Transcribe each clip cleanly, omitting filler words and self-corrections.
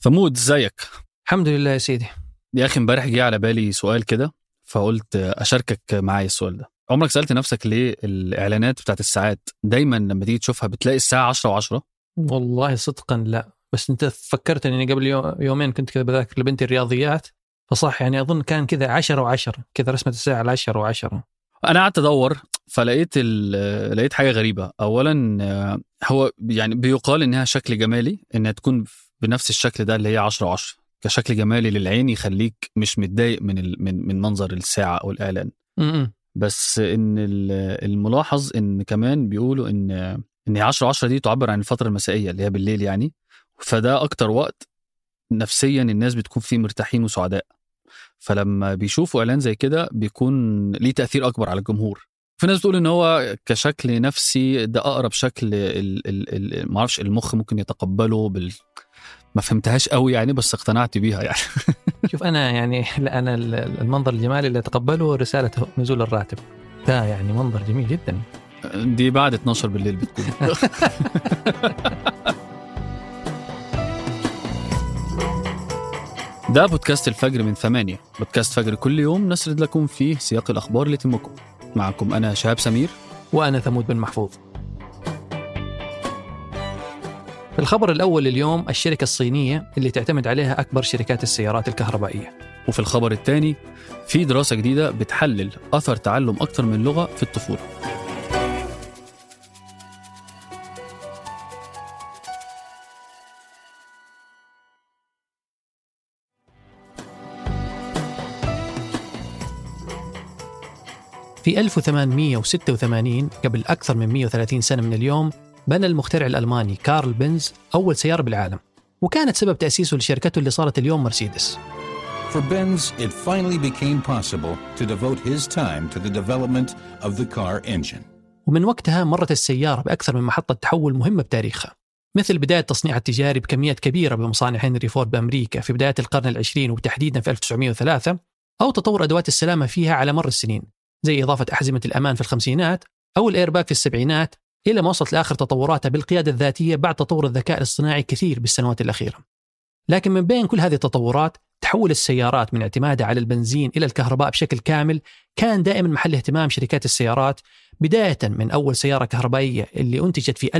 ثمود ازيك؟ الحمد لله يا سيدي. يا اخي امبارح جه على بالي سؤال كده، فقلت اشاركك معايا السؤال ده. عمرك سألت نفسك ليه الاعلانات بتاعت الساعات دايما لما تيجي تشوفها بتلاقي الساعة 10:10؟ والله صدقا لا، بس انت فكرت اني قبل يومين كنت كذا بذاكر لبنتي الرياضيات، فصح يعني اظن كان كذا 10:10 كذا رسمة الساعة على 10:10. انا قعدت ادور فلقيت لقيت حاجة غريبة. اولا هو يعني بيقال انها شكل جمالي، انها تكون بنفس الشكل ده اللي هي 10:10 كشكل جمالي للعين، يخليك مش متضايق من منظر الساعة او الاعلان. بس ان الملاحظ ان كمان بيقولوا ان 10:10 دي تعبر عن الفترة المسائية اللي هي بالليل يعني، فده اكتر وقت نفسيا الناس بتكون فيه مرتاحين وسعداء، فلما بيشوفوا اعلان زي كده بيكون ليه تأثير اكبر على الجمهور. في ناس بتقول ان هو كشكل نفسي ده اقرب شكل ما اعرفش المخ ممكن يتقبله ما فهمتهاش قوي يعني، بس اقتنعت بيها يعني. شوف انا يعني لا، انا المنظر الجمالي اللي اتقبله رسالة نزول الراتب، ده يعني منظر جميل جدا. دي بعد 12 بالليل بتكون. ده بودكاست الفجر من 8، بودكاست فجر كل يوم نسرد لكم فيه سياق الأخبار اللي تهمكم. معكم أنا شهاب سمير، وأنا ثمود بن محفوظ. في الخبر الأول اليوم، الشركة الصينية اللي تعتمد عليها أكبر شركات السيارات الكهربائية. وفي الخبر الثاني، في دراسة جديدة بتحلل أثر تعلم أكثر من لغة في الطفولة. في 1886 قبل أكثر من 130 سنة من اليوم، بنى المخترع الألماني كارل بنز أول سيارة بالعالم، وكانت سبب تأسيسه لشركته اللي صارت اليوم مرسيدس. For Benz, it finally became possible to devote his time to the development of the car engine. ومن وقتها مرت السيارة بأكثر من محطة تحول مهمة بتاريخها، مثل بداية تصنيع التجاري بكميات كبيرة بمصانع هنري فورد بأمريكا في بداية القرن العشرين وتحديدا في 1903، أو تطور أدوات السلامة فيها على مر السنين زي إضافة أحزمة الأمان في الخمسينات أو الإيرباك في السبعينات، إلى ما وصلت لآخر تطوراتها بالقيادة الذاتية بعد تطور الذكاء الاصطناعي كثير بالسنوات الأخيرة. لكن من بين كل هذه التطورات، تحول السيارات من اعتمادها على البنزين إلى الكهرباء بشكل كامل كان دائما محل اهتمام شركات السيارات، بداية من أول سيارة كهربائية اللي أنتجت في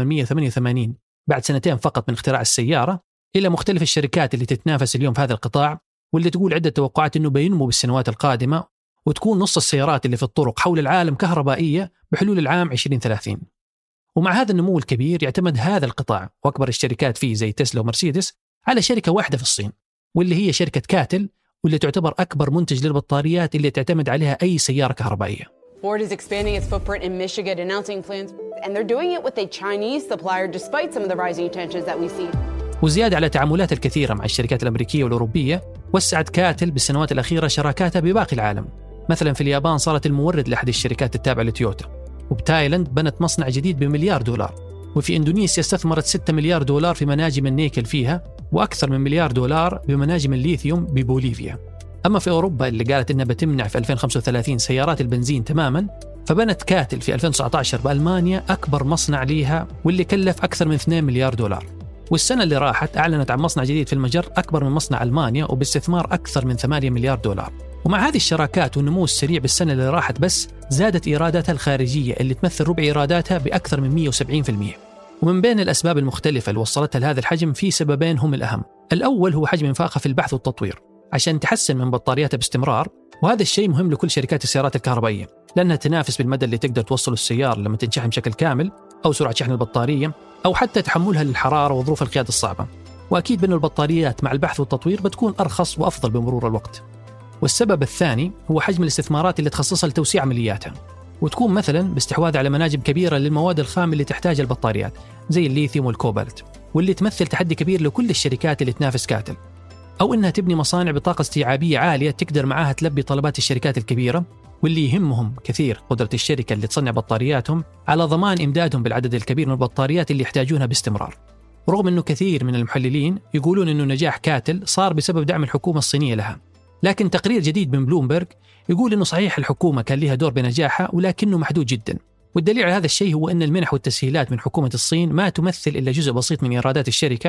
1888 بعد سنتين فقط من اختراع السيارة، إلى مختلف الشركات اللي تتنافس اليوم في هذا القطاع، واللي تقول عدة توقعات أنه بينمو بالسنوات القادمة، وتكون نص السيارات اللي في الطرق حول العالم كهربائية بحلول العام 2030. ومع هذا النمو الكبير، يعتمد هذا القطاع وأكبر الشركات فيه زي تسلا ومرسيدس على شركة واحدة في الصين، واللي هي شركة كاتل، واللي تعتبر أكبر منتج للبطاريات اللي تعتمد عليها أي سيارة كهربائية. Ford is expanding its footprint in Michigan, announcing plans, and they're doing it with a Chinese supplier despite some of the rising tensions that we see. وزيادة على تعاملات الكثيرة مع الشركات الأمريكية والأوروبية، وسعت كاتل بالسنوات الأخيرة شراكاتها بباقي العالم. مثلا في اليابان صارت المورد لأحد الشركات التابعة لتويوتا، وبتايلاند بنت مصنع جديد ب$1,000,000,000، وفي إندونيسيا استثمرت $6,000,000,000 في مناجم النيكل فيها، وأكثر من $1,000,000,000 بمناجم الليثيوم ببوليفيا. أما في أوروبا اللي قالت إنها بتمنع في 2035 سيارات البنزين تماما، فبنت كاتل في 2019 بألمانيا أكبر مصنع ليها، واللي كلف أكثر من $2,000,000,000. والسنة اللي راحت أعلنت عن مصنع جديد في المجر أكبر من مصنع ألمانيا وباستثمار أكثر من $8,000,000,000. ومع هذه الشراكات والنمو السريع بالسنة اللي راحت بس، زادت إيراداتها الخارجية اللي تمثل ربع إيراداتها بأكثر من 170%. ومن بين الأسباب المختلفة اللي وصلتها لهذا الحجم، في سببين هم الأهم. الأول هو حجم إنفاقها في البحث والتطوير عشان تحسن من بطارياتها باستمرار، وهذا الشيء مهم لكل شركات السيارات الكهربائية، لأنها تنافس بالمدى اللي تقدر توصل السيارة لما تنشحن بشكل كامل، أو سرعة شحن البطارية، أو حتى تحملها للحرارة وظروف القيادة الصعبة. وأكيد بأن البطاريات مع البحث والتطوير بتكون أرخص وأفضل بمرور الوقت. والسبب الثاني هو حجم الاستثمارات اللي تخصصها لتوسيع عملياتها، وتكون مثلا باستحواذ على مناجم كبيرة للمواد الخام اللي تحتاجها البطاريات زي الليثيوم والكوبالت، واللي تمثل تحدي كبير لكل الشركات اللي تنافس كاتل، أو إنها تبني مصانع بطاقة استيعابية عالية تقدر معاها تلبي طلبات الشركات الكبيرة، واللي يهمهم كثير قدرة الشركة اللي تصنع بطارياتهم على ضمان إمدادهم بالعدد الكبير من البطاريات اللي يحتاجونها باستمرار. رغم أنه كثير من المحللين يقولون أنه نجاح كاتل صار بسبب دعم الحكومة الصينية لها، لكن تقرير جديد من بلومبرج يقول أنه صحيح الحكومة كان لها دور بنجاحها، ولكنه محدود جدا. والدليل على هذا الشيء هو أن المنح والتسهيلات من حكومة الصين ما تمثل إلا جزء بسيط من إيرادات الشركة،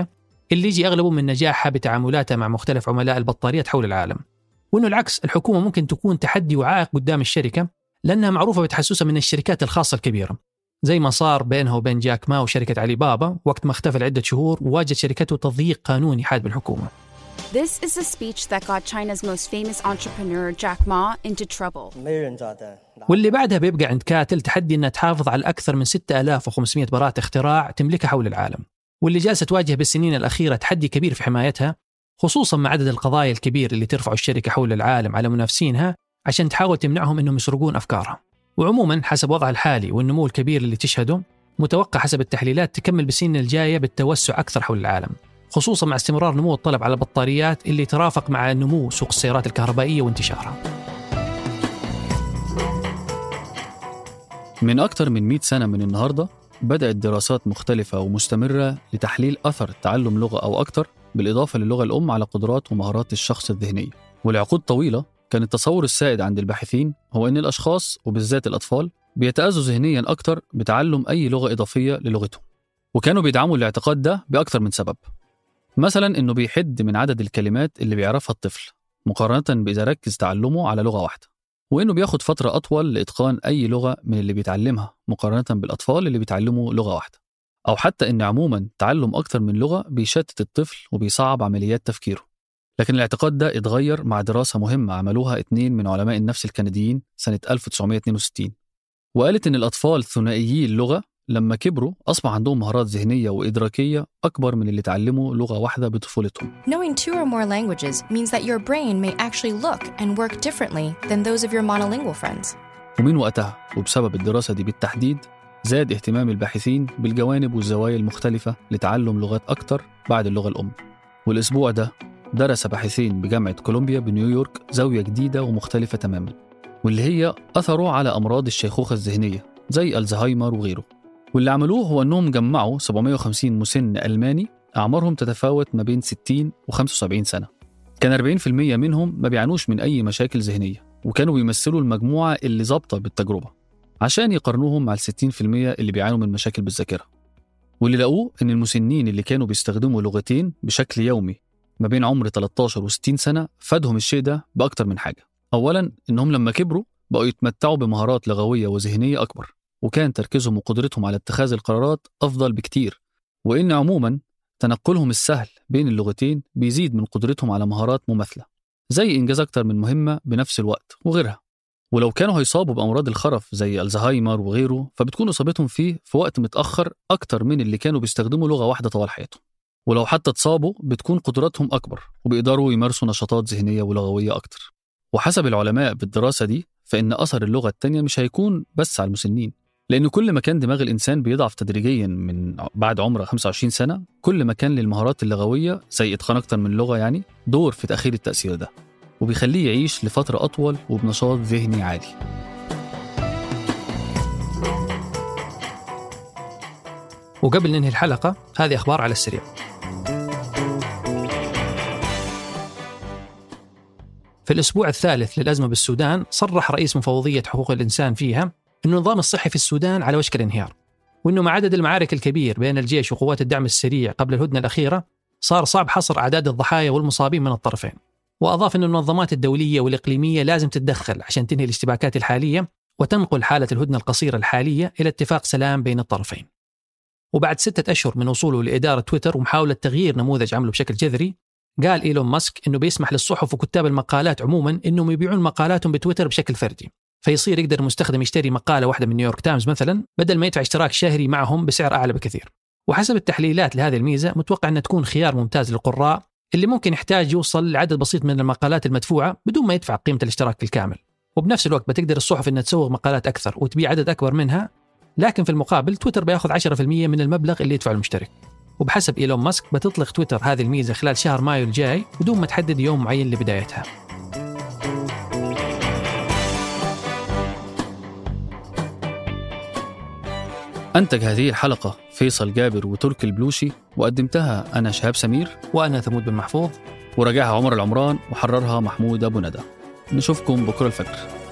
اللي يجي أغلبه من نجاحها بتعاملاتها مع مختلف عملاء البطاريات حول العالم. وإنه العكس، الحكومة ممكن تكون تحدي وعائق قدام الشركة لأنها معروفة بتحسسها من الشركات الخاصة الكبيرة، زي ما صار بينها وبين جاك ما وشركة علي بابا وقت ما اختفى لعدة شهور وواجهت شركته تضييق قانوني حاد بالحكومة. This is the speech that got China's most famous entrepreneur Jack Ma into trouble. واللي بعدها بيبقى عند كاتل تحدي أنها تحافظ على أكثر من 6500 براءة اختراع تملكها حول العالم، واللي جالسة تواجه بالسنين الأخيرة تحدي كبير في حمايتها، خصوصا مع عدد القضايا الكبير اللي ترفعه الشركة حول العالم على منافسينها عشان تحاول تمنعهم أنهم يسرقون أفكارها. وعموما حسب وضعها الحالي والنمو الكبير اللي تشهده، متوقع حسب التحليلات تكمل بالسنين الجاية بالتوسع أكثر حول العالم، خصوصا مع استمرار نمو الطلب على البطاريات اللي ترافق مع نمو سوق السيارات الكهربائية وانتشارها. من أكثر من 100 سنة من النهاردة بدأت دراسات مختلفة ومستمرة لتحليل أثر تعلم لغة أو أكثر بالإضافة للغة الأم على قدرات ومهارات الشخص الذهنية. ولعقود طويلة كان التصور السائد عند الباحثين هو أن الأشخاص وبالذات الأطفال بيتأذوا ذهنياً أكثر بتعلم أي لغة إضافية للغتهم، وكانوا بيدعموا الاعتقاد ده بأكثر من سبب. مثلاً إنه بيحد من عدد الكلمات اللي بيعرفها الطفل مقارنة بإذا ركز تعلمه على لغة واحدة، وإنه بياخد فترة أطول لإتقان أي لغة من اللي بيتعلمها مقارنة بالأطفال اللي بيتعلموا لغة واحدة، أو حتى إن عموماً تعلم أكثر من لغة بيشتت الطفل وبيصعب عمليات تفكيره. لكن الاعتقاد ده اتغير مع دراسة مهمة عملوها 2 من علماء النفس الكنديين سنة 1962، وقالت إن الأطفال ثنائيي اللغة لما كبروا أصبح عندهم مهارات ذهنية وإدراكية أكبر من اللي تعلموا لغة واحدة بطفولتهم. Knowing 2 or more languages means that your brain may actually look and work differently than those of your monolingual friends. ومن وقتها وبسبب الدراسة دي بالتحديد زاد اهتمام الباحثين بالجوانب والزوايا المختلفة لتعلم لغات أكتر بعد اللغة الأم. والأسبوع ده درس باحثين بجامعة كولومبيا بنيويورك زاوية جديدة ومختلفة تماماً، واللي هي أثره على أمراض الشيخوخة الذهنية زي الزهايمر وغيره. واللي عملوه هو أنهم جمعوا 750 مسن ألماني أعمارهم تتفاوت ما بين 60 و75 سنة. كان 40% منهم ما بيعانوش من أي مشاكل ذهنية، وكانوا بيمثلوا المجموعة اللي ظابطة بالتجربة عشان يقارنوهم مع 60% اللي بيعانوا من مشاكل بالذاكرة. واللي لقوه أن المسنين اللي كانوا بيستخدموا لغتين بشكل يومي ما بين عمر 13 و60 سنة فادهم الشيء ده بأكتر من حاجة. أولاً إنهم لما كبروا بقوا يتمتعوا بمهارات لغوية وذهنية أكبر، وكان تركيزهم وقدرتهم على اتخاذ القرارات أفضل بكتير، وإن عموماً تنقلهم السهل بين اللغتين بيزيد من قدرتهم على مهارات مماثلة زي إنجاز أكتر من مهمة بنفس الوقت وغيرها. ولو كانوا هيصابوا بأمراض الخرف زي الزهايمر وغيره فبتكون إصابتهم فيه في وقت متأخر أكتر من اللي كانوا بيستخدموا لغة واحدة طوال حياتهم. ولو حتى اتصابوا بتكون قدراتهم أكبر وبيقدروا يمارسوا نشاطات ذهنية ولغوية أكتر. وحسب العلماء بالدراسة دي فإن أثر اللغة التانية مش هيكون بس على المسنين، لأن كل ما كان دماغ الإنسان بيضعف تدريجيا من بعد عمره 25 سنة كل ما كان للمهارات اللغوية زي إتقان أكتر من لغة يعني دور في تأخير التأثير ده، وبيخليه يعيش لفترة أطول وبنشاط ذهني عالي. وقبل ننهي الحلقة هذه أخبار على السريع. في الأسبوع الثالث للأزمة بالسودان صرح رئيس مفوضية حقوق الإنسان فيها أن النظام الصحي في السودان على وشك الانهيار، وأنه مع عدد المعارك الكبير بين الجيش وقوات الدعم السريع قبل الهدنة الأخيرة صار صعب حصر أعداد الضحايا والمصابين من الطرفين. وأضاف أن المنظمات الدولية والإقليمية لازم تتدخل عشان تنهي الاشتباكات الحالية وتنقل حالة الهدنة القصيرة الحالية إلى اتفاق سلام بين الطرفين. وبعد 6 أشهر من وصوله لإدارة تويتر ومحاولة تغيير نموذج عمله بشكل جذري، قال إيلون ماسك إنه بيسمح للصحف وكتاب المقالات عموما إنهم يبيعون مقالاتهم بتويتر بشكل فردي، فيصير يقدر المستخدم يشتري مقالة واحدة من نيويورك تايمز مثلا بدل ما يدفع اشتراك شهري معهم بسعر أعلى بكثير. وحسب التحليلات لهذه الميزة متوقع أن تكون خيار ممتاز للقراء اللي ممكن يحتاج يوصل لعدد بسيط من المقالات المدفوعة بدون ما يدفع قيمة الاشتراك الكامل. وبنفس الوقت بتقدر الصحف إنها تسوق مقالات أكثر وتبيع عدد أكبر منها، لكن في المقابل تويتر بياخذ 10% من المبلغ اللي يدفعه المشترك. وبحسب إيلون ماسك بتطلق تويتر هذه الميزة خلال شهر مايو الجاي بدون ما تحدد يوم معين لبدايتها. أنتج هذه الحلقة فيصل جابر وتركي البلوشي، وقدمتها أنا شهاب سمير وأنا ثمود بن محفوظ، وراجعها عمر العمران، وحررها محمود أبو ندى. نشوفكم بكرة الفجر.